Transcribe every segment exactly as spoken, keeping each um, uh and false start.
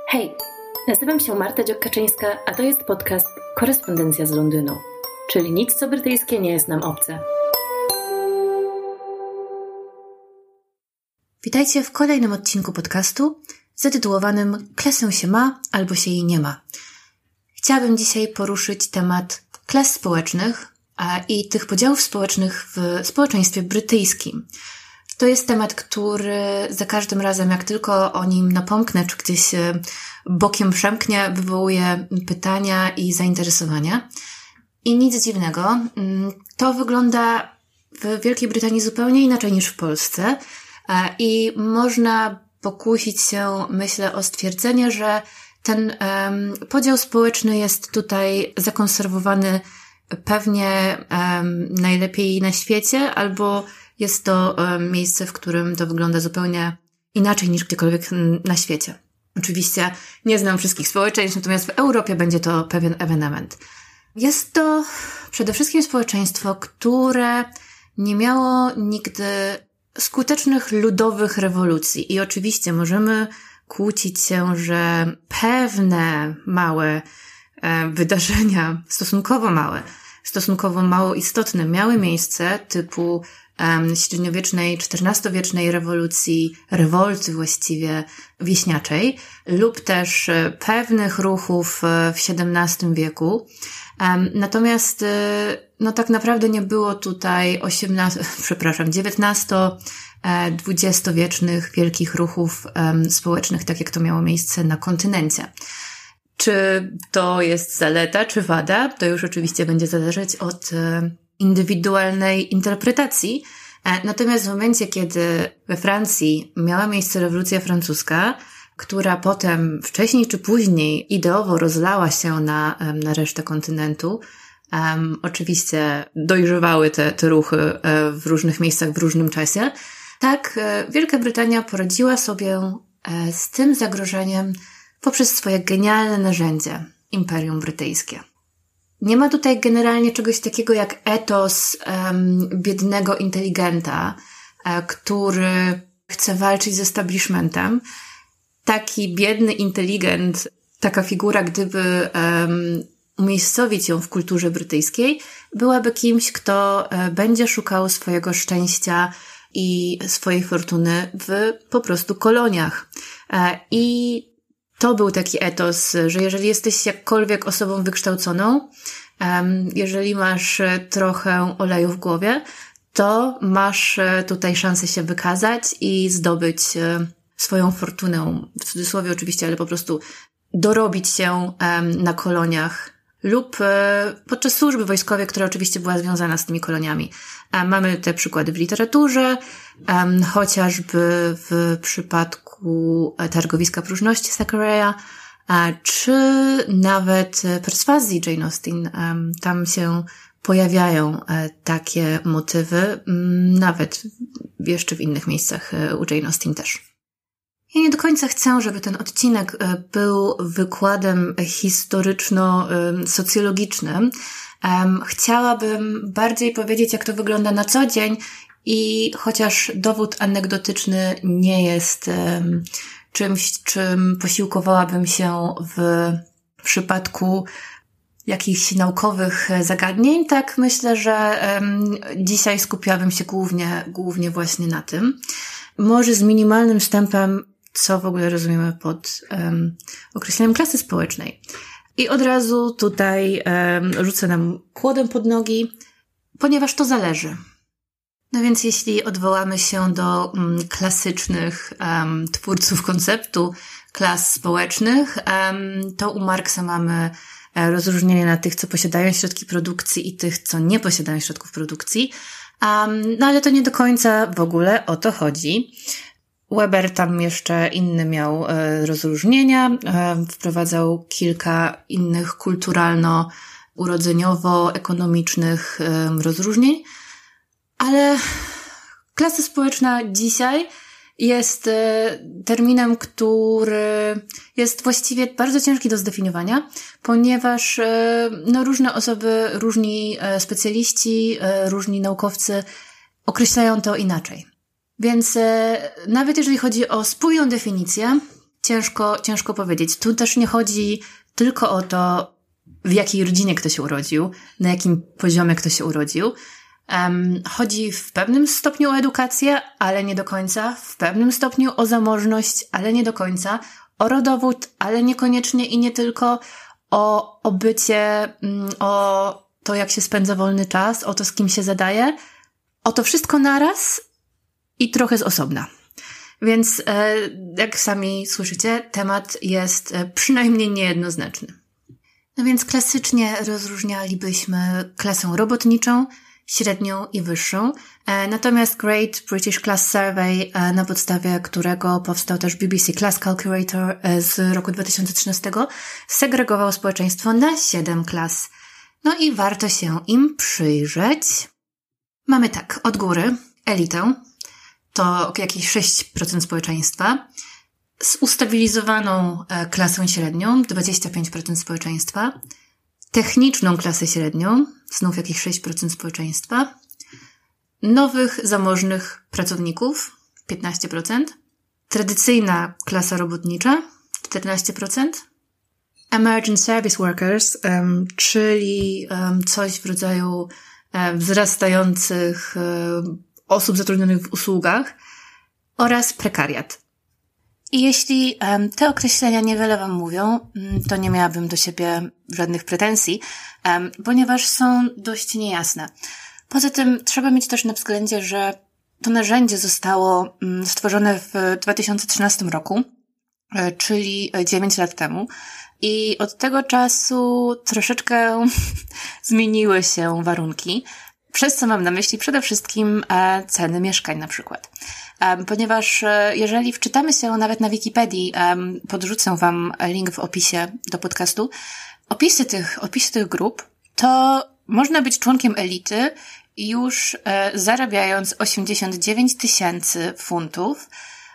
Hej, nazywam się Marta Dziokaczyńska, a to jest podcast Korespondencja z Londynu, czyli nic co brytyjskie nie jest nam obce. Witajcie w kolejnym odcinku podcastu zatytułowanym Klasę się ma albo się jej nie ma. Chciałabym dzisiaj poruszyć temat klas społecznych i tych podziałów społecznych w społeczeństwie brytyjskim. To jest temat, który za każdym razem, jak tylko o nim napomknę, czy gdzieś bokiem przemknie, wywołuje pytania i zainteresowania. I nic dziwnego, to wygląda w Wielkiej Brytanii zupełnie inaczej niż w Polsce i można pokusić się, myślę, o stwierdzenie, że ten um, podział społeczny jest tutaj zakonserwowany pewnie um, najlepiej na świecie, albo jest to um, miejsce, w którym to wygląda zupełnie inaczej niż gdziekolwiek na świecie. Oczywiście nie znam wszystkich społeczeństw, natomiast w Europie będzie to pewien ewenement. Jest to przede wszystkim społeczeństwo, które nie miało nigdy skutecznych ludowych rewolucji i oczywiście możemy kłócić się, że pewne małe e, wydarzenia, stosunkowo małe, stosunkowo mało istotne, miały miejsce, typu e, średniowiecznej, czternastowiecznej rewolucji, rewolty właściwie wieśniaczej, lub też e, pewnych ruchów e, w siedemnastym wieku. E, natomiast e, no tak naprawdę nie było tutaj osiemnasto, przepraszam, dziewiętnasto dwudziestowiecznych wielkich ruchów um, społecznych, tak jak to miało miejsce na kontynencie. Czy to jest zaleta, czy wada? To już oczywiście będzie zależeć od e, indywidualnej interpretacji. E, natomiast w momencie, kiedy we Francji miała miejsce rewolucja francuska, która potem wcześniej czy później ideowo rozlała się na, na resztę kontynentu, um, oczywiście dojrzewały te, te ruchy e, w różnych miejscach w różnym czasie, tak, Wielka Brytania poradziła sobie z tym zagrożeniem poprzez swoje genialne narzędzie, Imperium Brytyjskie. Nie ma tutaj generalnie czegoś takiego jak etos um, biednego inteligenta, um, który chce walczyć z establishmentem. Taki biedny inteligent, taka figura, gdyby um, umiejscowić ją w kulturze brytyjskiej, byłaby kimś, kto um, będzie szukał swojego szczęścia i swojej fortuny w po prostu koloniach. I to był taki etos, że jeżeli jesteś jakkolwiek osobą wykształconą, jeżeli masz trochę oleju w głowie, to masz tutaj szansę się wykazać i zdobyć swoją fortunę, w cudzysłowie oczywiście, ale po prostu dorobić się na koloniach lub podczas służby wojskowej, która oczywiście była związana z tymi koloniami. Mamy te przykłady w literaturze, chociażby w przypadku Targowiska Próżności Thackeraya, czy nawet Perswazji Jane Austen. Tam się pojawiają takie motywy, nawet jeszcze w innych miejscach u Jane Austen też. Ja nie do końca chcę, żeby ten odcinek był wykładem historyczno-socjologicznym. Chciałabym bardziej powiedzieć, jak to wygląda na co dzień i chociaż dowód anegdotyczny nie jest czymś, czym posiłkowałabym się w przypadku jakichś naukowych zagadnień, tak myślę, że dzisiaj skupiałabym się głównie, głównie właśnie na tym. Może z minimalnym wstępem, co w ogóle rozumiemy pod um, określeniem klasy społecznej. I od razu tutaj um, rzucę nam kłodem pod nogi, ponieważ to zależy. No więc jeśli odwołamy się do um, klasycznych um, twórców konceptu klas społecznych, um, to u Marksa mamy rozróżnienie na tych, co posiadają środki produkcji i tych, co nie posiadają środków produkcji. Um, no ale to nie do końca w ogóle o to chodzi. Weber tam jeszcze inne miał e, rozróżnienia, e, wprowadzał kilka innych kulturalno-urodzeniowo-ekonomicznych e, rozróżnień, ale klasa społeczna dzisiaj jest e, terminem, który jest właściwie bardzo ciężki do zdefiniowania, ponieważ e, no, różne osoby, różni e, specjaliści, e, różni naukowcy określają to inaczej. Więc e, nawet jeżeli chodzi o spójną definicję, ciężko, ciężko powiedzieć. Tu też nie chodzi tylko o to, w jakiej rodzinie ktoś się urodził, na jakim poziomie ktoś się urodził. Um, chodzi w pewnym stopniu o edukację, ale nie do końca. W pewnym stopniu o zamożność, ale nie do końca. O rodowód, ale niekoniecznie i nie tylko. O, o bycie, o to, jak się spędza wolny czas, o to, z kim się zadaje. O to wszystko naraz i trochę z osobna. Więc, e, jak sami słyszycie, temat jest e, przynajmniej niejednoznaczny. No więc klasycznie rozróżnialibyśmy klasę robotniczą, średnią i wyższą. E, natomiast Great British Class Survey, e, na podstawie którego powstał też B B C Class Calculator e, z roku dwa tysiące trzynastego, segregował społeczeństwo na siedem klas. No i warto się im przyjrzeć. Mamy tak, od góry elitę, to jakieś sześć procent społeczeństwa, z ustabilizowaną e, klasą średnią, dwadzieścia pięć procent społeczeństwa, techniczną klasę średnią, znów jakieś sześć procent społeczeństwa, nowych, zamożnych pracowników, piętnaście procent, tradycyjna klasa robotnicza, czternaście procent, emergent service workers, um, czyli um, coś w rodzaju um, wzrastających um, osób zatrudnionych w usługach oraz prekariat. I jeśli um, te określenia niewiele Wam mówią, to nie miałabym do siebie żadnych pretensji, um, ponieważ są dość niejasne. Poza tym trzeba mieć też na względzie, że to narzędzie zostało um, stworzone w dwa tysiące trzynastym roku, e, czyli dziewięć lat temu. I od tego czasu troszeczkę zmieniły się warunki, przez co mam na myśli przede wszystkim e, ceny mieszkań na przykład. Um, ponieważ e, jeżeli wczytamy się nawet na Wikipedii, um, podrzucę Wam link w opisie do podcastu, opisy tych, opisy tych grup, to można być członkiem elity już e, zarabiając osiemdziesiąt dziewięć tysięcy funtów,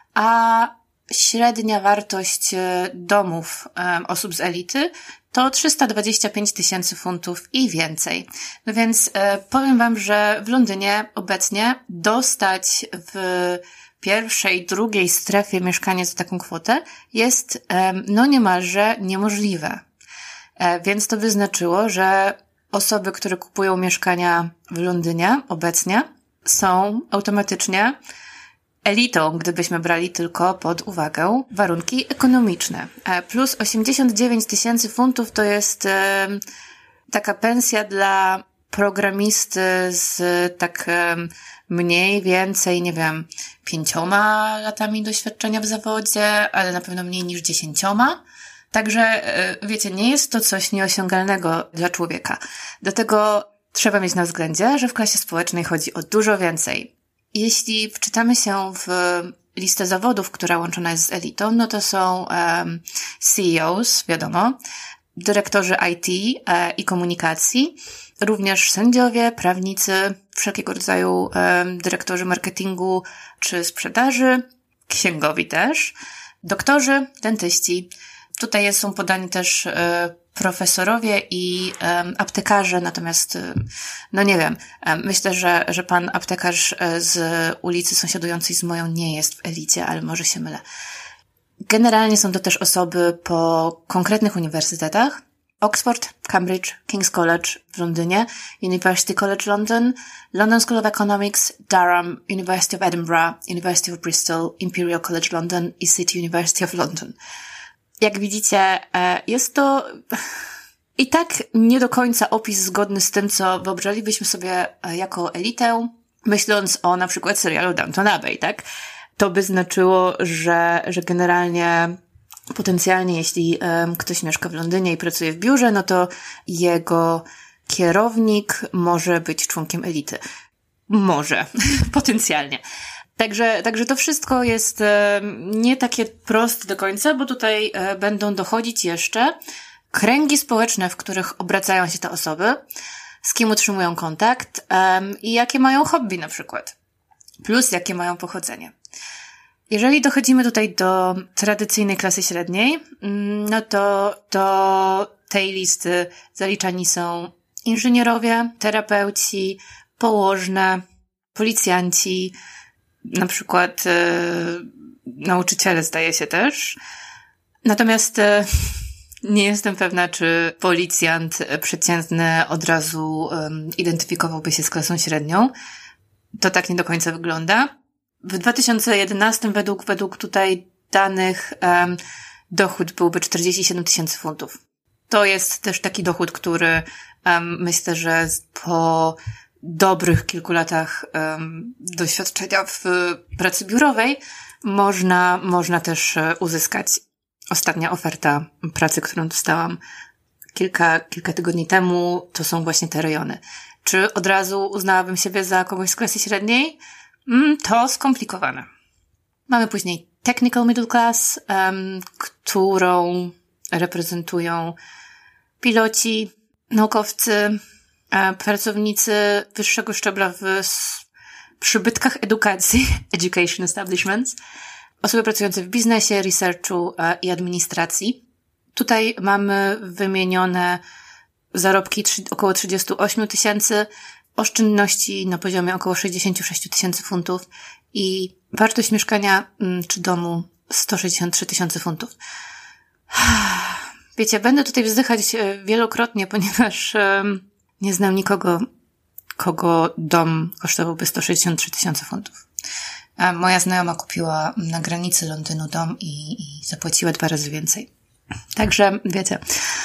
a średnia wartość domów um, osób z elity to trzysta dwadzieścia pięć tysięcy funtów i więcej. No więc e, powiem Wam, że w Londynie obecnie dostać w pierwszej, drugiej strefie mieszkanie za taką kwotę jest e, no niemalże niemożliwe. E, więc to by znaczyło, że osoby, które kupują mieszkania w Londynie obecnie są automatycznie elitą, gdybyśmy brali tylko pod uwagę warunki ekonomiczne. Plus osiemdziesiąt dziewięć tysięcy funtów to jest e, taka pensja dla programisty z tak e, mniej więcej, nie wiem, pięcioma latami doświadczenia w zawodzie, ale na pewno mniej niż dziesięcioma. Także, e, wiecie, nie jest to coś nieosiągalnego dla człowieka. Dlatego trzeba mieć na względzie, że w klasie społecznej chodzi o dużo więcej. Jeśli wczytamy się w listę zawodów, która łączona jest z elitą, no to są um, C E Os, wiadomo, dyrektorzy I T e, i komunikacji, również sędziowie, prawnicy, wszelkiego rodzaju um, dyrektorzy marketingu czy sprzedaży, księgowi też, doktorzy, dentyści. Tutaj są podani też e, profesorowie i um, aptekarze, natomiast, no nie wiem, um, myślę, że, że pan aptekarz z ulicy sąsiadującej z moją nie jest w elicie, ale może się mylę. Generalnie są to też osoby po konkretnych uniwersytetach. Oxford, Cambridge, King's College w Londynie, University College London, London School of Economics, Durham, University of Edinburgh, University of Bristol, Imperial College London i City University of London. Jak widzicie, jest to i tak nie do końca opis zgodny z tym, co wyobrażalibyśmy sobie jako elitę, myśląc o na przykład serialu Downton Abbey, tak? To by znaczyło, że, że generalnie potencjalnie, jeśli um, ktoś mieszka w Londynie i pracuje w biurze, no to jego kierownik może być członkiem elity. Może, potencjalnie. Także, także to wszystko jest e, nie takie proste do końca, bo tutaj e, będą dochodzić jeszcze kręgi społeczne, w których obracają się te osoby, z kim utrzymują kontakt e, i jakie mają hobby na przykład, plus jakie mają pochodzenie. Jeżeli dochodzimy tutaj do tradycyjnej klasy średniej, no to do tej listy zaliczani są inżynierowie, terapeuci, położne, policjanci, na przykład yy, nauczyciele zdaje się też, Natomiast e, nie jestem pewna, czy policjant przeciętny od razu um, identyfikowałby się z klasą średnią. To tak nie do końca wygląda. W dwa tysiące jedenastym według, według tutaj danych um, dochód byłby czterdzieści siedem tysięcy funtów. To jest też taki dochód, który um, myślę, że po dobrych kilku latach um, doświadczenia w pracy biurowej można, można też uzyskać. Ostatnia oferta pracy, którą dostałam kilka, kilka tygodni temu, to są właśnie te rejony. Czy od razu uznałabym siebie za kogoś z klasy średniej? Mm, to skomplikowane. Mamy później technical middle class, um, którą reprezentują piloci, naukowcy, e, pracownicy wyższego szczebla w s- przybytkach edukacji, education establishments, osoby pracujące w biznesie, researchu e, i administracji. Tutaj mamy wymienione zarobki trzy, około trzydzieści osiem tysięcy, oszczędności na poziomie około sześćdziesiąt sześć tysięcy funtów i wartość mieszkania m, czy domu sto sześćdziesiąt trzy tysiące funtów. Wiecie, będę tutaj wzdychać wielokrotnie, ponieważ um, nie znam nikogo, kogo dom kosztowałby sto sześćdziesiąt trzy tysiące funtów. A moja znajoma kupiła na granicy Londynu dom i, i zapłaciła dwa razy więcej. Także, wiecie,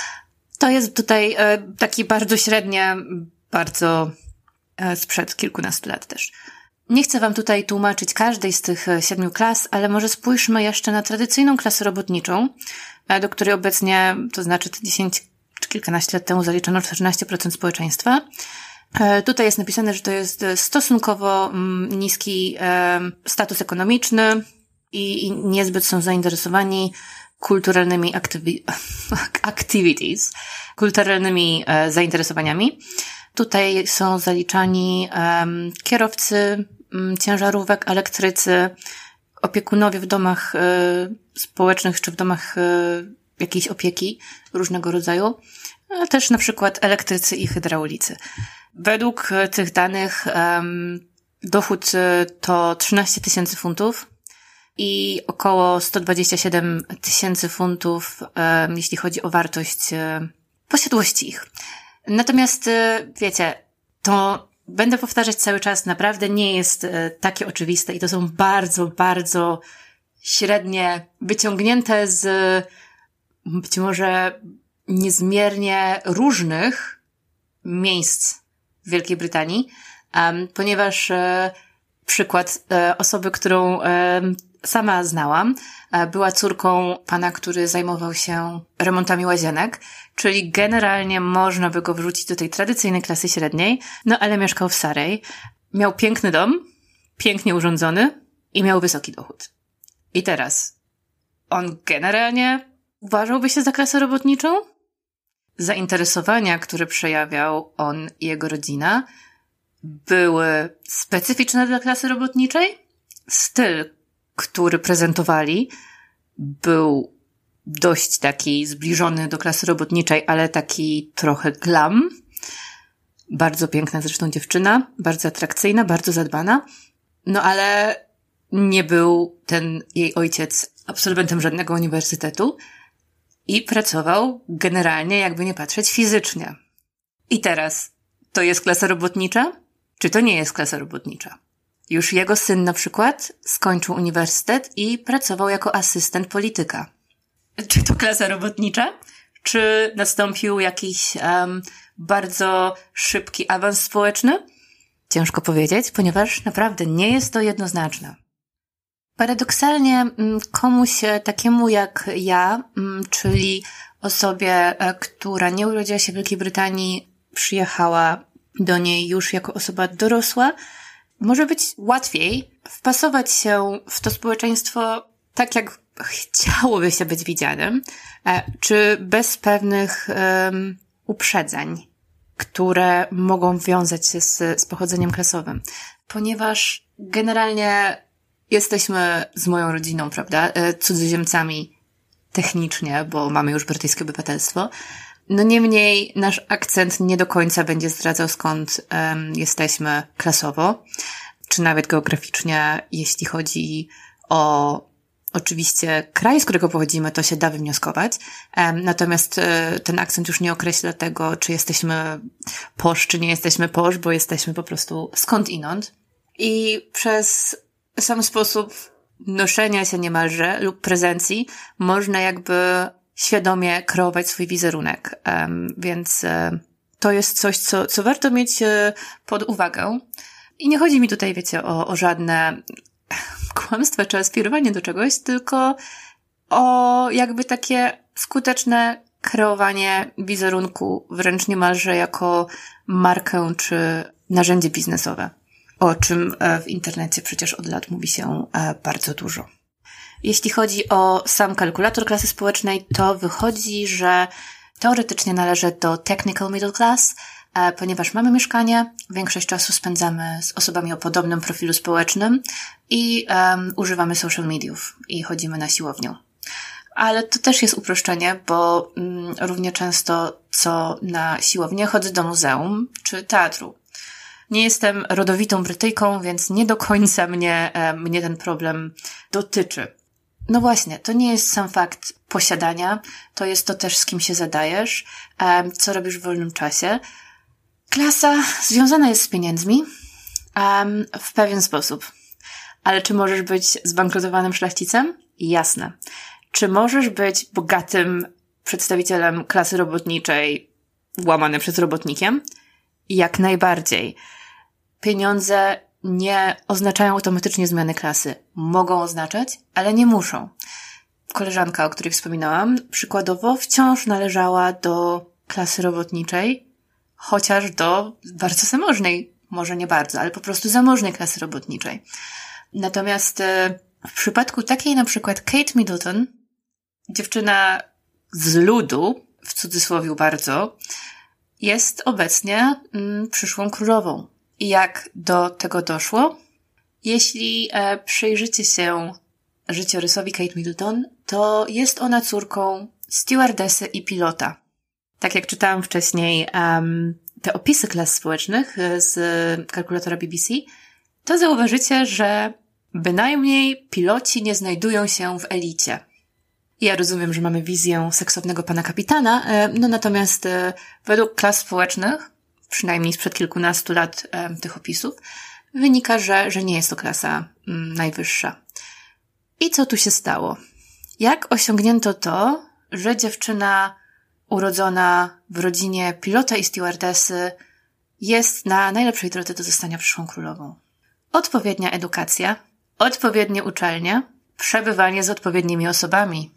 to jest tutaj e, taki bardzo średnie, bardzo e, sprzed kilkunastu lat też. Nie chcę wam tutaj tłumaczyć każdej z tych siedmiu klas, ale może spójrzmy jeszcze na tradycyjną klasę robotniczą, e, do której obecnie, to znaczy te dziesięć czy kilkanaście lat temu zaliczono czternaście procent społeczeństwa. E, tutaj jest napisane, że to jest stosunkowo mm, niski e, status ekonomiczny i, i niezbyt są zainteresowani kulturalnymi activi- activities, kulturalnymi e, zainteresowaniami. Tutaj są zaliczani um, kierowcy um, ciężarówek, elektrycy, opiekunowie w domach y, społecznych czy w domach y, jakiejś opieki różnego rodzaju, a też na przykład elektrycy i hydraulicy. Według y, tych danych um, dochód y, to trzynaście tysięcy funtów i około sto dwadzieścia siedem tysięcy funtów, um, jeśli chodzi o wartość y, posiadłości ich. Natomiast, wiecie, to będę powtarzać cały czas, naprawdę nie jest takie oczywiste i to są bardzo, bardzo średnie, wyciągnięte z być może niezmiernie różnych miejsc w Wielkiej Brytanii, um, ponieważ e, przykład e, osoby, którą e, sama znałam, e, była córką pana, który zajmował się remontami łazienek, czyli generalnie można by go wrzucić do tej tradycyjnej klasy średniej, no ale mieszkał w Surrey, miał piękny dom, pięknie urządzony i miał wysoki dochód. I teraz, on generalnie uważałby się za klasę robotniczą? Zainteresowania, które przejawiał on i jego rodzina, były specyficzne dla klasy robotniczej? Styl, który prezentowali, był dość taki zbliżony do klasy robotniczej, ale taki trochę glam. Bardzo piękna zresztą dziewczyna, bardzo atrakcyjna, bardzo zadbana. No ale nie był ten jej ojciec absolwentem żadnego uniwersytetu i pracował generalnie, jakby nie patrzeć, fizycznie. I teraz, to jest klasa robotnicza? Czy to nie jest klasa robotnicza? Już jego syn na przykład skończył uniwersytet i pracował jako asystent polityka. Czy to klasa robotnicza? Czy nastąpił jakiś um, bardzo szybki awans społeczny? Ciężko powiedzieć, ponieważ naprawdę nie jest to jednoznaczne. Paradoksalnie komuś takiemu jak ja, czyli osobie, która nie urodziła się w Wielkiej Brytanii, przyjechała do niej już jako osoba dorosła, może być łatwiej wpasować się w to społeczeństwo tak, jak chciałoby się być widzianym, czy bez pewnych um, uprzedzeń, które mogą wiązać się z, z pochodzeniem klasowym. Ponieważ generalnie jesteśmy z moją rodziną, prawda, cudzoziemcami technicznie, bo mamy już brytyjskie obywatelstwo. No niemniej nasz akcent nie do końca będzie zdradzał, skąd um, jesteśmy klasowo, czy nawet geograficznie, jeśli chodzi o oczywiście kraj, z którego pochodzimy, to się da wywnioskować. Natomiast ten akcent już nie określa tego, czy jesteśmy posz, czy nie jesteśmy posz, bo jesteśmy po prostu skądinąd. I przez sam sposób noszenia się niemalże lub prezencji można jakby świadomie kreować swój wizerunek. Więc to jest coś, co, co warto mieć pod uwagę. I nie chodzi mi tutaj, wiecie, o, o żadne kłamstwa czy aspirowanie do czegoś, tylko o jakby takie skuteczne kreowanie wizerunku, wręcz niemalże jako markę czy narzędzie biznesowe, o czym w internecie przecież od lat mówi się bardzo dużo. Jeśli chodzi o sam kalkulator klasy społecznej, to wychodzi, że teoretycznie należę do technical middle class, ponieważ mamy mieszkanie, większość czasu spędzamy z osobami o podobnym profilu społecznym i um, używamy social mediów i chodzimy na siłownię. Ale to też jest uproszczenie, bo um, równie często co na siłownię chodzę do muzeum czy teatru. Nie jestem rodowitą Brytyjką, więc nie do końca mnie, e, mnie ten problem dotyczy. No właśnie, to nie jest sam fakt posiadania, to jest to też, z kim się zadajesz, e, co robisz w wolnym czasie. Klasa związana jest z pieniędzmi um, w pewien sposób. Ale czy możesz być zbankrutowanym szlachcicem? Jasne. Czy możesz być bogatym przedstawicielem klasy robotniczej łamany przez robotnikiem? Jak najbardziej. Pieniądze nie oznaczają automatycznie zmiany klasy. Mogą oznaczać, ale nie muszą. Koleżanka, o której wspominałam, przykładowo wciąż należała do klasy robotniczej, chociaż do bardzo zamożnej, może nie bardzo, ale po prostu zamożnej klasy robotniczej. Natomiast w przypadku takiej na przykład Kate Middleton, dziewczyna z ludu, w cudzysłowie bardzo, jest obecnie mm, przyszłą królową. I jak do tego doszło? Jeśli e, przyjrzycie się życiorysowi Kate Middleton, to jest ona córką stewardessy i pilota. Tak jak czytałam wcześniej um, te opisy klas społecznych z kalkulatora B B C, to zauważycie, że bynajmniej piloci nie znajdują się w elicie. Ja rozumiem, że mamy wizję seksownego pana kapitana, no natomiast według klas społecznych, przynajmniej sprzed kilkunastu lat tych opisów, wynika, że, że nie jest to klasa mm, najwyższa. I co tu się stało? Jak osiągnięto to, że dziewczyna urodzona w rodzinie pilota i stewardessy jest na najlepszej drodze do zostania przyszłą królową? Odpowiednia edukacja, odpowiednie uczelnie, przebywanie z odpowiednimi osobami.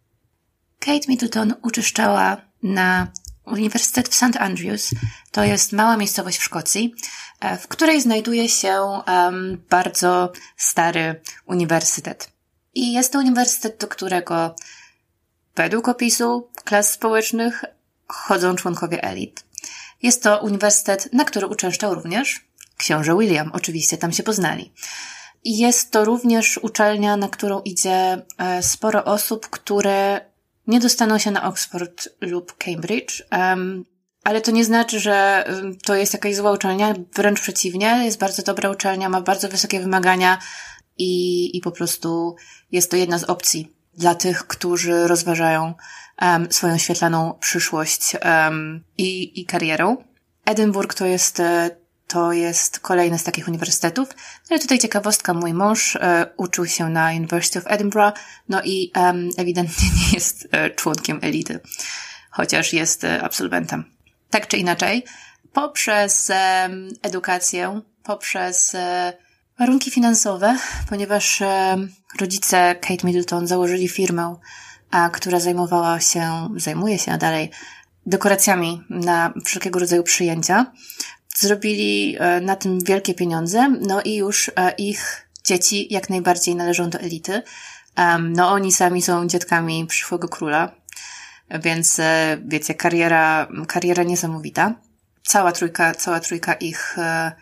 Kate Middleton uczyszczała na Uniwersytet w Saint Andrews. To jest mała miejscowość w Szkocji, w której znajduje się um, bardzo stary uniwersytet. I jest to uniwersytet, do którego według opisu klas społecznych chodzą członkowie elit. Jest to uniwersytet, na który uczęszczał również książę William. Oczywiście tam się poznali. I jest to również uczelnia, na którą idzie sporo osób, które nie dostaną się na Oxford lub Cambridge, um, ale to nie znaczy, że to jest jakaś zła uczelnia, wręcz przeciwnie, jest bardzo dobra uczelnia, ma bardzo wysokie wymagania i, i po prostu jest to jedna z opcji dla tych, którzy rozważają um, swoją świetlaną przyszłość um, i, i karierę. Edynburg to jest to jest kolejny z takich uniwersytetów. No i tutaj ciekawostka, mój mąż e, uczył się na University of Edinburgh, no i um, ewidentnie nie jest e, członkiem elity, chociaż jest e, absolwentem. Tak czy inaczej, poprzez e, edukację, poprzez e, warunki finansowe, ponieważ e, rodzice Kate Middleton założyli firmę, a, która zajmowała się, zajmuje się dalej dekoracjami na wszelkiego rodzaju przyjęcia. Zrobili na tym wielkie pieniądze, no i już ich dzieci jak najbardziej należą do elity. No oni sami są dzietkami przyszłego króla, więc wiecie, kariera, kariera niesamowita. Cała trójka, cała trójka ich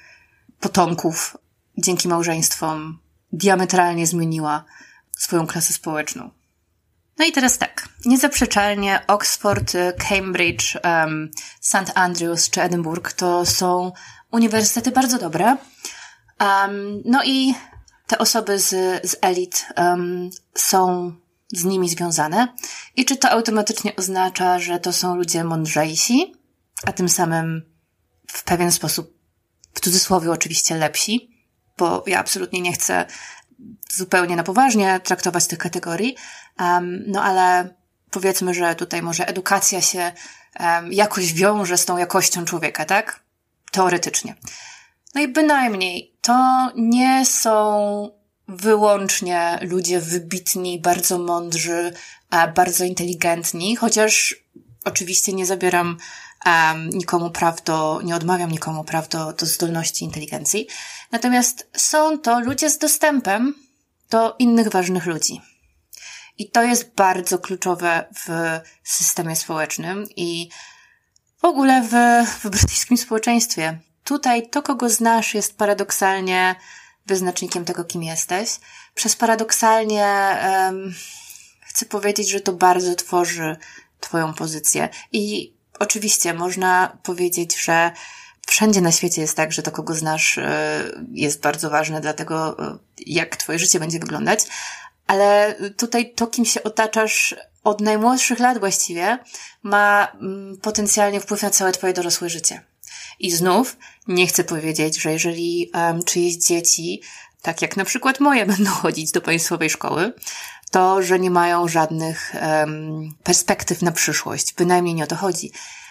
potomków dzięki małżeństwom diametralnie zmieniła swoją klasę społeczną. No i teraz tak, niezaprzeczalnie Oxford, Cambridge, um, Saint Andrews czy Edynburg to są uniwersytety bardzo dobre. Um, no i te osoby z, z elit um, są z nimi związane i czy to automatycznie oznacza, że to są ludzie mądrzejsi, a tym samym w pewien sposób, w cudzysłowie oczywiście, lepsi, bo ja absolutnie nie chcę zupełnie na poważnie traktować tych kategorii, um, no ale powiedzmy, że tutaj może edukacja się um, jakoś wiąże z tą jakością człowieka, tak? Teoretycznie. No i bynajmniej to nie są wyłącznie ludzie wybitni, bardzo mądrzy, bardzo inteligentni, chociaż oczywiście nie zabieram um, nikomu praw do, nie odmawiam nikomu praw do, do zdolności inteligencji. Natomiast są to ludzie z dostępem do innych ważnych ludzi. I to jest bardzo kluczowe w systemie społecznym i w ogóle w, w brytyjskim społeczeństwie. Tutaj to, kogo znasz, jest paradoksalnie wyznacznikiem tego, kim jesteś. Przez paradoksalnie um, chcę powiedzieć, że to bardzo tworzy twoją pozycję. I oczywiście można powiedzieć, że wszędzie na świecie jest tak, że to, kogo znasz, jest bardzo ważne dla tego, jak twoje życie będzie wyglądać. Ale tutaj to, kim się otaczasz od najmłodszych lat właściwie, ma potencjalnie wpływ na całe twoje dorosłe życie. I znów nie chcę powiedzieć, że jeżeli um, czyjeś dzieci, tak jak na przykład moje, będą chodzić do państwowej szkoły, to, że nie mają żadnych um, perspektyw na przyszłość. Bynajmniej nie o to chodzi.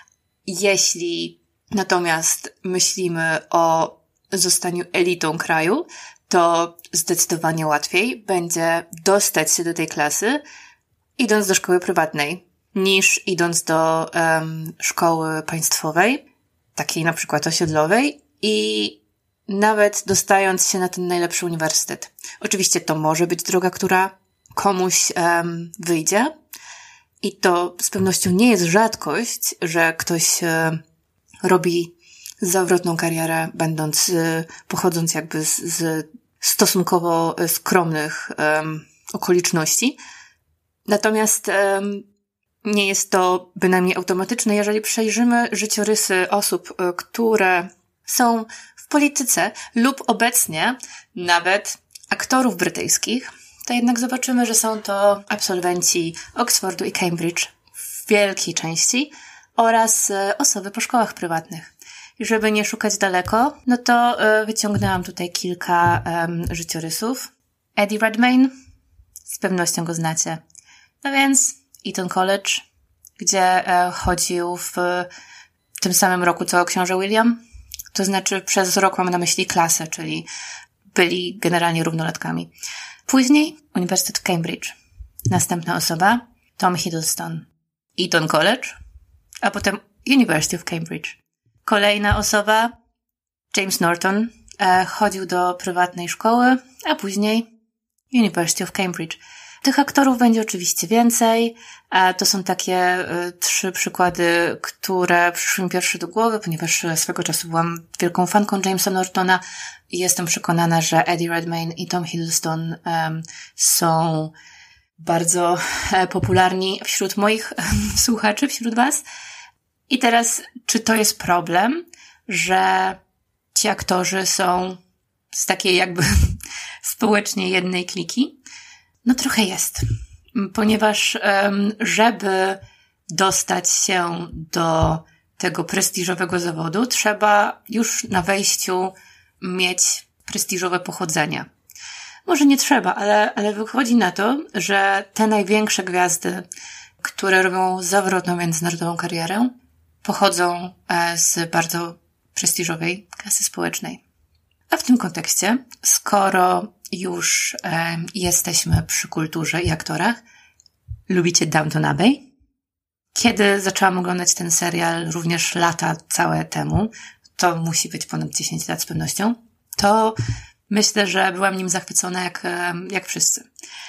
Jeśli natomiast myślimy o zostaniu elitą kraju, to zdecydowanie łatwiej będzie dostać się do tej klasy, idąc do szkoły prywatnej, niż idąc do um, szkoły państwowej, takiej na przykład osiedlowej, i nawet dostając się na ten najlepszy uniwersytet. Oczywiście to może być droga, która komuś um, wyjdzie i to z pewnością nie jest rzadkość, że ktoś um, robi zawrotną karierę, będąc, um, pochodząc jakby z, z stosunkowo skromnych um, okoliczności. Natomiast um, nie jest to bynajmniej automatyczne. Jeżeli przejrzymy życiorysy osób, które są w polityce lub obecnie nawet aktorów brytyjskich, to jednak zobaczymy, że są to absolwenci Oxfordu i Cambridge w wielkiej części oraz osoby po szkołach prywatnych. I żeby nie szukać daleko, no to wyciągnęłam tutaj kilka um, życiorysów. Eddie Redmayne, z pewnością go znacie. No więc Eton College, gdzie e, chodził w tym samym roku co książę William. To znaczy przez rok mam na myśli klasę, czyli byli generalnie równolatkami. Później Uniwersytet Cambridge. Następna osoba Tom Hiddleston. Eton College, a potem University of Cambridge. Kolejna osoba James Norton. E, chodził do prywatnej szkoły, a później University of Cambridge. Tych aktorów będzie oczywiście więcej. To są takie y, trzy przykłady, które przyszły mi pierwsze do głowy, ponieważ swego czasu byłam wielką fanką Jamesa Nortona i jestem przekonana, że Eddie Redmayne i Tom Hiddleston um, są bardzo e, popularni wśród moich e, słuchaczy, wśród was. I teraz, czy to jest problem, że ci aktorzy są z takiej jakby społecznie jednej kliki? No trochę jest, ponieważ um, żeby dostać się do tego prestiżowego zawodu, trzeba już na wejściu mieć prestiżowe pochodzenie. Może nie trzeba, ale, ale wychodzi na to, że te największe gwiazdy, które robią zawrotną międzynarodową karierę, pochodzą z bardzo prestiżowej klasy społecznej. A w tym kontekście, skoro już e, jesteśmy przy kulturze i aktorach, lubicie Downton Abbey? Kiedy zaczęłam oglądać ten serial, również lata całe temu, to musi być ponad dziesięć lat z pewnością, to myślę, że byłam nim zachwycona jak, jak wszyscy.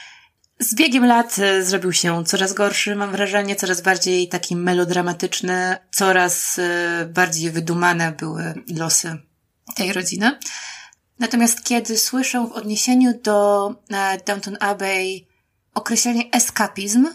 Z biegiem lat zrobił się coraz gorszy, mam wrażenie, coraz bardziej taki melodramatyczny, coraz bardziej wydumane były losy tej rodziny. Natomiast kiedy słyszę w odniesieniu do Downton Abbey określenie eskapizm,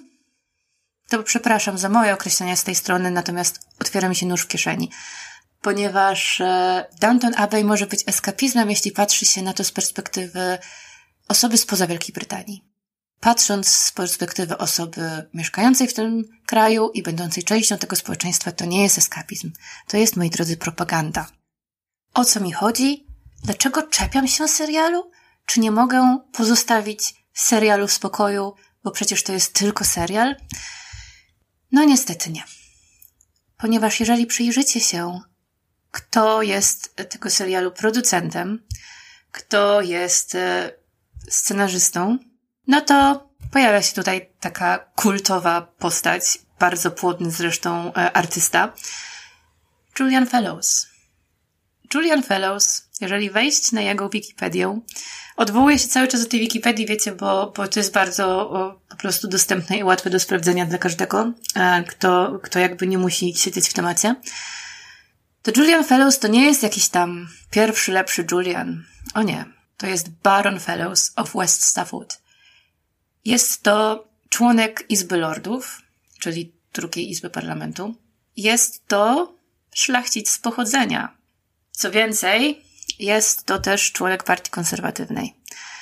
to przepraszam za moje określenia z tej strony, natomiast otwiera mi się nóż w kieszeni. Ponieważ Downton Abbey może być eskapizmem, jeśli patrzy się na to z perspektywy osoby spoza Wielkiej Brytanii. Patrząc z perspektywy osoby mieszkającej w tym kraju i będącej częścią tego społeczeństwa, to nie jest eskapizm. To jest, moi drodzy, propaganda. O co mi chodzi? Dlaczego czepiam się serialu? Czy nie mogę pozostawić serialu w spokoju, bo przecież to jest tylko serial? No niestety nie. Ponieważ jeżeli przyjrzycie się, kto jest tego serialu producentem, kto jest scenarzystą, no to pojawia się tutaj taka kultowa postać, bardzo płodny zresztą artysta, Julian Fellowes. Julian Fellowes, jeżeli wejść na jego Wikipedię, odwołuję się cały czas do tej Wikipedii, wiecie, bo, bo to jest bardzo o, po prostu dostępne i łatwe do sprawdzenia dla każdego, kto, kto jakby nie musi siedzieć w temacie. To Julian Fellowes to nie jest jakiś tam pierwszy, lepszy Julian. O nie. To jest Baron Fellowes of West Stafford. Jest to członek Izby Lordów, czyli drugiej Izby Parlamentu. Jest to szlachcic z pochodzenia. Co więcej, jest to też członek Partii Konserwatywnej.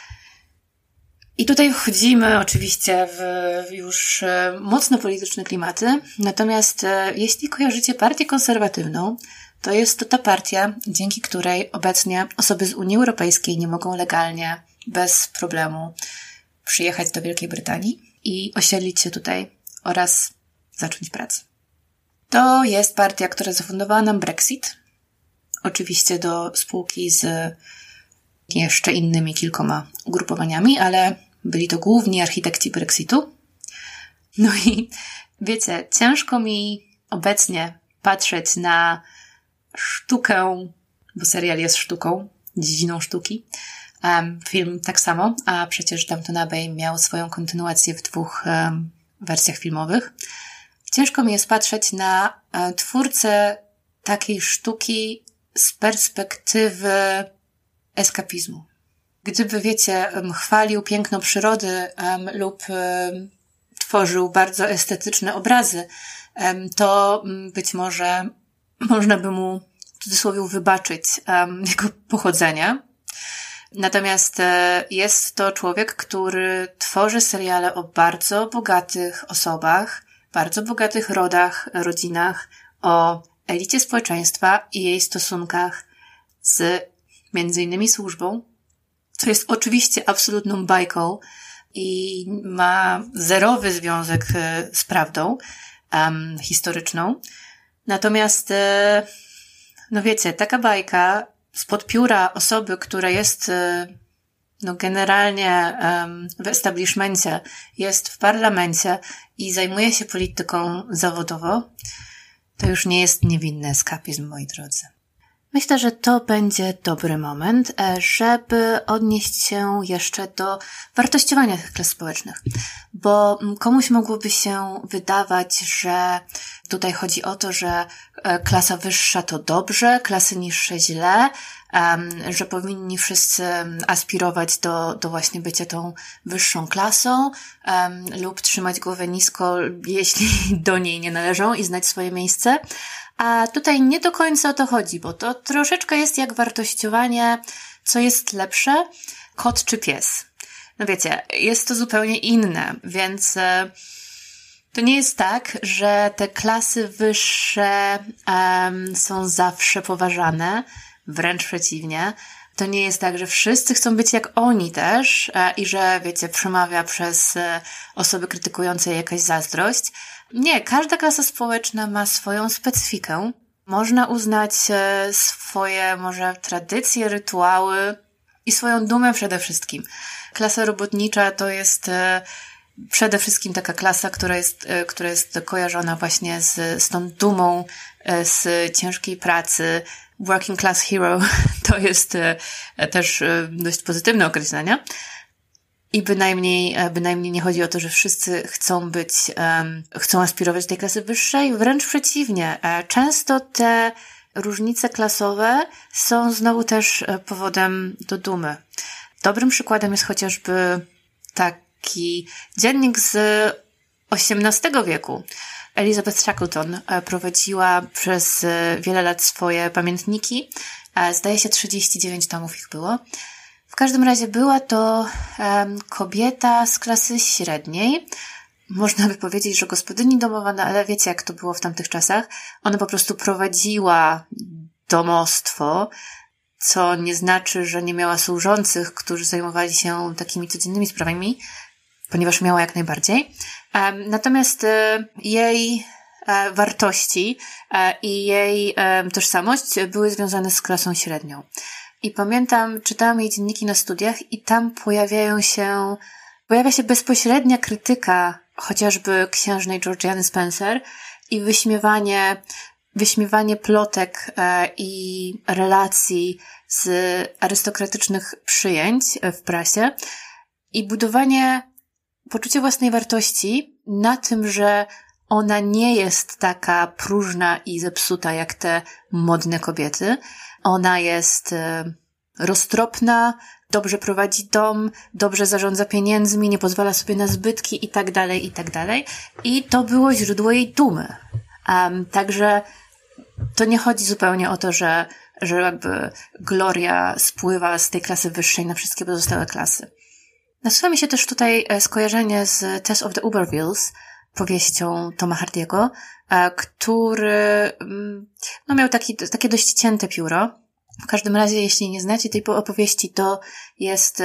I tutaj wchodzimy oczywiście w już mocno polityczne klimaty, natomiast jeśli kojarzycie Partię Konserwatywną, to jest to ta partia, dzięki której obecnie osoby z Unii Europejskiej nie mogą legalnie, bez problemu przyjechać do Wielkiej Brytanii i osiedlić się tutaj oraz zacząć pracę. To jest partia, która zafundowała nam Brexit, oczywiście do spółki z jeszcze innymi kilkoma ugrupowaniami, ale byli to główni architekci Brexitu. No i wiecie, ciężko mi obecnie patrzeć na sztukę, bo serial jest sztuką, dziedziną sztuki, um, film tak samo, a przecież Downton Abbey miał swoją kontynuację w dwóch um, wersjach filmowych. Ciężko mi jest patrzeć na um, twórcę takiej sztuki z perspektywy eskapizmu. Gdyby, wiecie, um, chwalił piękno przyrody um, lub um, tworzył bardzo estetyczne obrazy, um, to um, być może można by mu w cudzysłowie wybaczyć um, jego pochodzenie. Natomiast e, jest to człowiek, który tworzy seriale o bardzo bogatych osobach, bardzo bogatych rodach, rodzinach, o elicie społeczeństwa i jej stosunkach z między innymi służbą, co jest oczywiście absolutną bajką i ma zerowy związek e, z prawdą um, historyczną. Natomiast, no wiecie, taka bajka spod pióra osoby, która jest no generalnie um, w establishmencie, jest w parlamencie i zajmuje się polityką zawodowo, to już nie jest niewinny eskapizm, moi drodzy. Myślę, że to będzie dobry moment, żeby odnieść się jeszcze do wartościowania tych klas społecznych, bo komuś mogłoby się wydawać, że tutaj chodzi o to, że klasa wyższa to dobrze, klasy niższe źle, że powinni wszyscy aspirować do, do właśnie bycia tą wyższą klasą lub trzymać głowę nisko, jeśli do niej nie należą i znać swoje miejsce. A tutaj nie do końca o to chodzi, bo to troszeczkę jest jak wartościowanie, co jest lepsze, kot czy pies. No wiecie, jest to zupełnie inne, więc to nie jest tak, że te klasy wyższe um, są zawsze poważane, wręcz przeciwnie. To nie jest tak, że wszyscy chcą być jak oni też e, i że, wiecie, przemawia przez e, osoby krytykujące jakaś zazdrość. Nie, każda klasa społeczna ma swoją specyfikę. Można uznać e, swoje może tradycje, rytuały i swoją dumę przede wszystkim. Klasa robotnicza to jest e, przede wszystkim taka klasa, która jest, e, która jest kojarzona właśnie z, z tą dumą, e, z ciężkiej pracy. Working class hero to jest e, też e, dość pozytywne określenie. I bynajmniej, bynajmniej nie chodzi o to, że wszyscy chcą być, um, chcą aspirować do tej klasy wyższej. Wręcz przeciwnie. Często te różnice klasowe są znowu też powodem do dumy. Dobrym przykładem jest chociażby taki dziennik z osiemnastego wieku. Elizabeth Shackleton prowadziła przez wiele lat swoje pamiętniki. Zdaje się trzydzieści dziewięć tomów ich było. W każdym razie była to um, kobieta z klasy średniej. Można by powiedzieć, że gospodyni domowa, no ale wiecie, jak to było w tamtych czasach. Ona po prostu prowadziła domostwo, co nie znaczy, że nie miała służących, którzy zajmowali się takimi codziennymi sprawami, ponieważ miała jak najbardziej. Um, natomiast e, jej e, wartości e, i jej e, tożsamość były związane z klasą średnią. I pamiętam, czytałam jej dzienniki na studiach i tam pojawiają się, pojawia się bezpośrednia krytyka chociażby księżnej Georgiany Spencer i wyśmiewanie, wyśmiewanie plotek e, i relacji z arystokratycznych przyjęć w prasie i budowanie poczucia własnej wartości na tym, że ona nie jest taka próżna i zepsuta jak te modne kobiety. Ona jest e, roztropna, dobrze prowadzi dom, dobrze zarządza pieniędzmi, nie pozwala sobie na zbytki i tak dalej, i tak dalej. I to było źródło jej dumy. Um, także to nie chodzi zupełnie o to, że, że jakby gloria spływa z tej klasy wyższej na wszystkie pozostałe klasy. Nasuwa mi się też tutaj skojarzenie z Tess of the Ubervilles, powieścią Toma Hardiego, który no, miał taki, takie dość cięte pióro. W każdym razie, jeśli nie znacie tej opowieści, to jest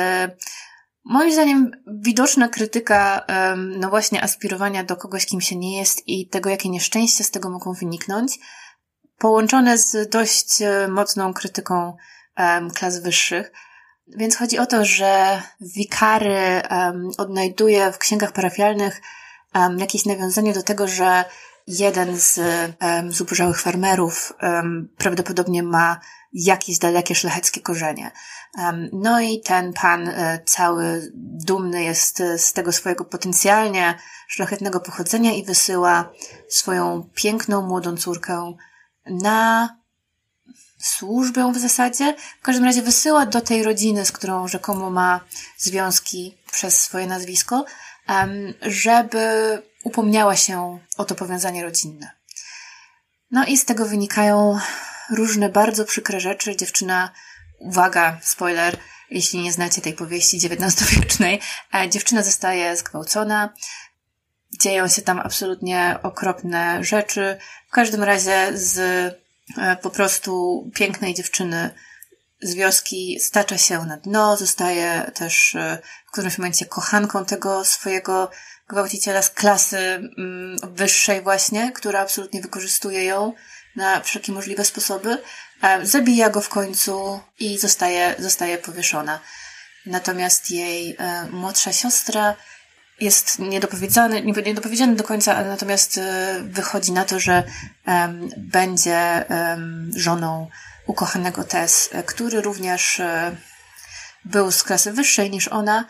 moim zdaniem widoczna krytyka no właśnie aspirowania do kogoś, kim się nie jest i tego, jakie nieszczęścia z tego mogą wyniknąć, połączone z dość mocną krytyką klas wyższych. Więc chodzi o to, że wikary um, odnajduje w księgach parafialnych um, jakieś nawiązanie do tego, że jeden z um, zubożałych farmerów um, prawdopodobnie ma jakieś dalekie szlacheckie korzenie. Um, no i ten pan e, cały dumny jest z tego swojego potencjalnie szlachetnego pochodzenia i wysyła swoją piękną młodą córkę na służbę w zasadzie. W każdym razie wysyła do tej rodziny, z którą rzekomo ma związki przez swoje nazwisko, um, żeby upomniała się o to powiązanie rodzinne. No i z tego wynikają różne bardzo przykre rzeczy. Dziewczyna, uwaga, spoiler, jeśli nie znacie tej powieści dziewiętnastowiecznej, dziewczyna zostaje zgwałcona. Dzieją się tam absolutnie okropne rzeczy. W każdym razie z po prostu pięknej dziewczyny z wioski stacza się na dno, zostaje też w którymś momencie kochanką tego swojego gwałciciela z klasy mm, wyższej właśnie, która absolutnie wykorzystuje ją na wszelkie możliwe sposoby. Zabija go w końcu i zostaje, zostaje powieszona. Natomiast jej e, młodsza siostra jest niedopowiedziany, niedopowiedziany do końca, ale natomiast wychodzi na to, że um, będzie um, żoną ukochanego Tess, który również um, był z klasy wyższej niż ona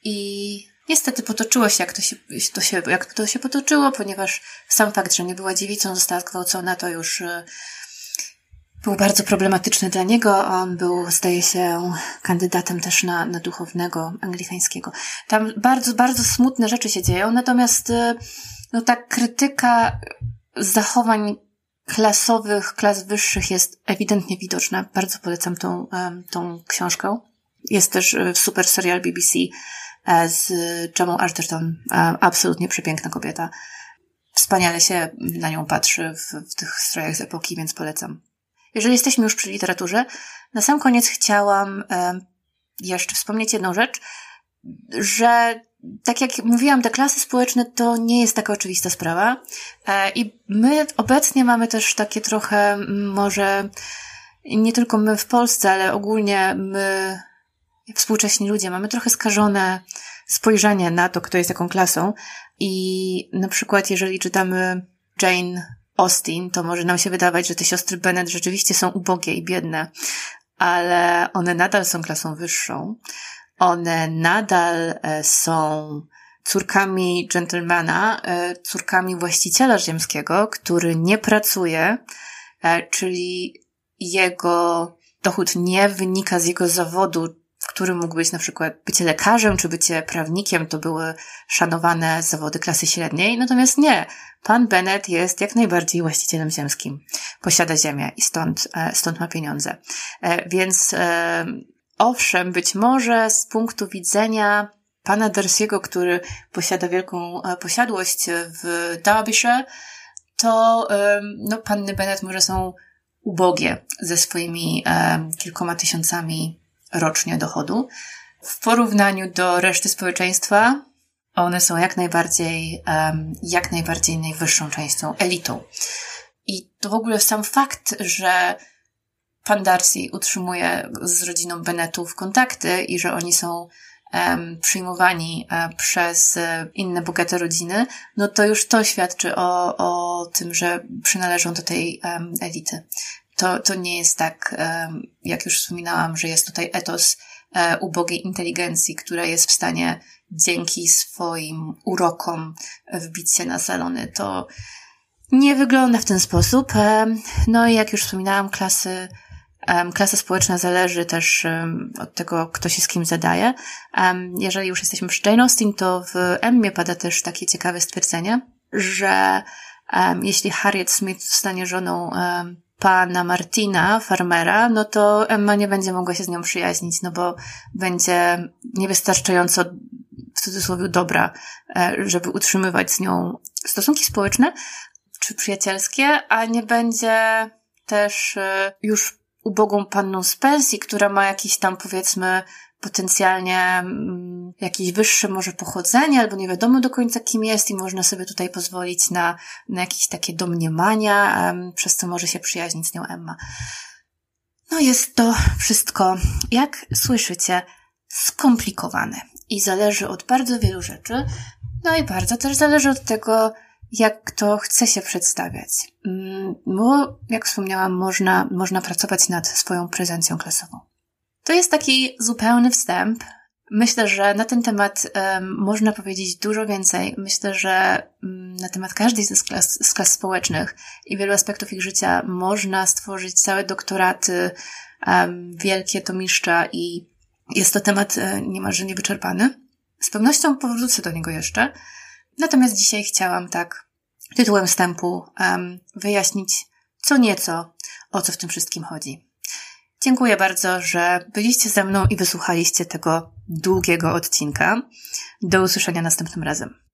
i niestety potoczyło się jak to się, to się, jak to się potoczyło, ponieważ sam fakt, że nie była dziewicą, została zgwałcona, to już um, był bardzo problematyczny dla niego. On był, zdaje się, kandydatem też na, na duchownego anglikańskiego. Tam bardzo, bardzo smutne rzeczy się dzieją, natomiast no, ta krytyka zachowań klasowych, klas wyższych jest ewidentnie widoczna. Bardzo polecam tą, tą książkę. Jest też super serial B B C z Gemą Arterton. Absolutnie przepiękna kobieta. Wspaniale się na nią patrzy w, w tych strojach z epoki, więc polecam. Jeżeli jesteśmy już przy literaturze, na sam koniec chciałam e, jeszcze wspomnieć jedną rzecz, że tak jak mówiłam, te klasy społeczne to nie jest taka oczywista sprawa e, i my obecnie mamy też takie trochę może nie tylko my w Polsce, ale ogólnie my współcześni ludzie mamy trochę skażone spojrzenie na to, kto jest jaką klasą i na przykład jeżeli czytamy Jane Austen, to może nam się wydawać, że te siostry Bennet rzeczywiście są ubogie i biedne, ale one nadal są klasą wyższą. One nadal są córkami gentlemana, córkami właściciela ziemskiego, który nie pracuje, czyli jego dochód nie wynika z jego zawodu, w którym mógł być na przykład bycie lekarzem czy bycie prawnikiem, to były szanowane zawody klasy średniej, natomiast nie. Pan Bennet jest jak najbardziej właścicielem ziemskim. Posiada ziemię i stąd, stąd ma pieniądze. Więc owszem, być może z punktu widzenia pana Darcy'ego, który posiada wielką posiadłość w Derbyshire, to no, panny Bennet może są ubogie ze swoimi um, kilkoma tysiącami rocznie dochodu. W porównaniu do reszty społeczeństwa one są jak najbardziej, um, jak najbardziej najwyższą częścią, elitą. I to w ogóle sam fakt, że pan Darcy utrzymuje z rodziną Bennetów kontakty i że oni są um, przyjmowani um, przez um, inne bogate rodziny, no to już to świadczy o, o tym, że przynależą do tej um, elity. To, to nie jest tak, um, jak już wspominałam, że jest tutaj etos um, ubogiej inteligencji, która jest w stanie dzięki swoim urokom wbić się na salony. To nie wygląda w ten sposób. Um, no i jak już wspominałam, klasy Um, klasa społeczna zależy też um, od tego, kto się z kim zadaje. Um, jeżeli już jesteśmy przy Jane Austen, to w Emmie pada też takie ciekawe stwierdzenie, że um, jeśli Harriet Smith zostanie żoną um, pana Martina, farmera, no to Emma nie będzie mogła się z nią przyjaźnić, no bo będzie niewystarczająco w cudzysłowie dobra, żeby utrzymywać z nią stosunki społeczne czy przyjacielskie, a nie będzie też już ubogą panną z pensji, która ma jakiś tam, powiedzmy, potencjalnie mm, jakieś wyższe może pochodzenie, albo nie wiadomo do końca kim jest i można sobie tutaj pozwolić na, na jakieś takie domniemania, um, przez co może się przyjaźnić z nią Emma. No jest to wszystko, jak słyszycie, skomplikowane i zależy od bardzo wielu rzeczy, no i bardzo też zależy od tego, jak kto chce się przedstawiać. Bo, jak wspomniałam, można, można pracować nad swoją prezencją klasową. To jest taki zupełny wstęp. Myślę, że na ten temat um, można powiedzieć dużo więcej. Myślę, że um, na temat każdej z klas, z klas społecznych i wielu aspektów ich życia można stworzyć całe doktoraty, um, wielkie tomiszcza i jest to temat um, niemalże niewyczerpany. Z pewnością powrócę do niego jeszcze. Natomiast dzisiaj chciałam tak tytułem wstępu um, wyjaśnić co nieco, o co w tym wszystkim chodzi. Dziękuję bardzo, że byliście ze mną i wysłuchaliście tego długiego odcinka. Do usłyszenia następnym razem.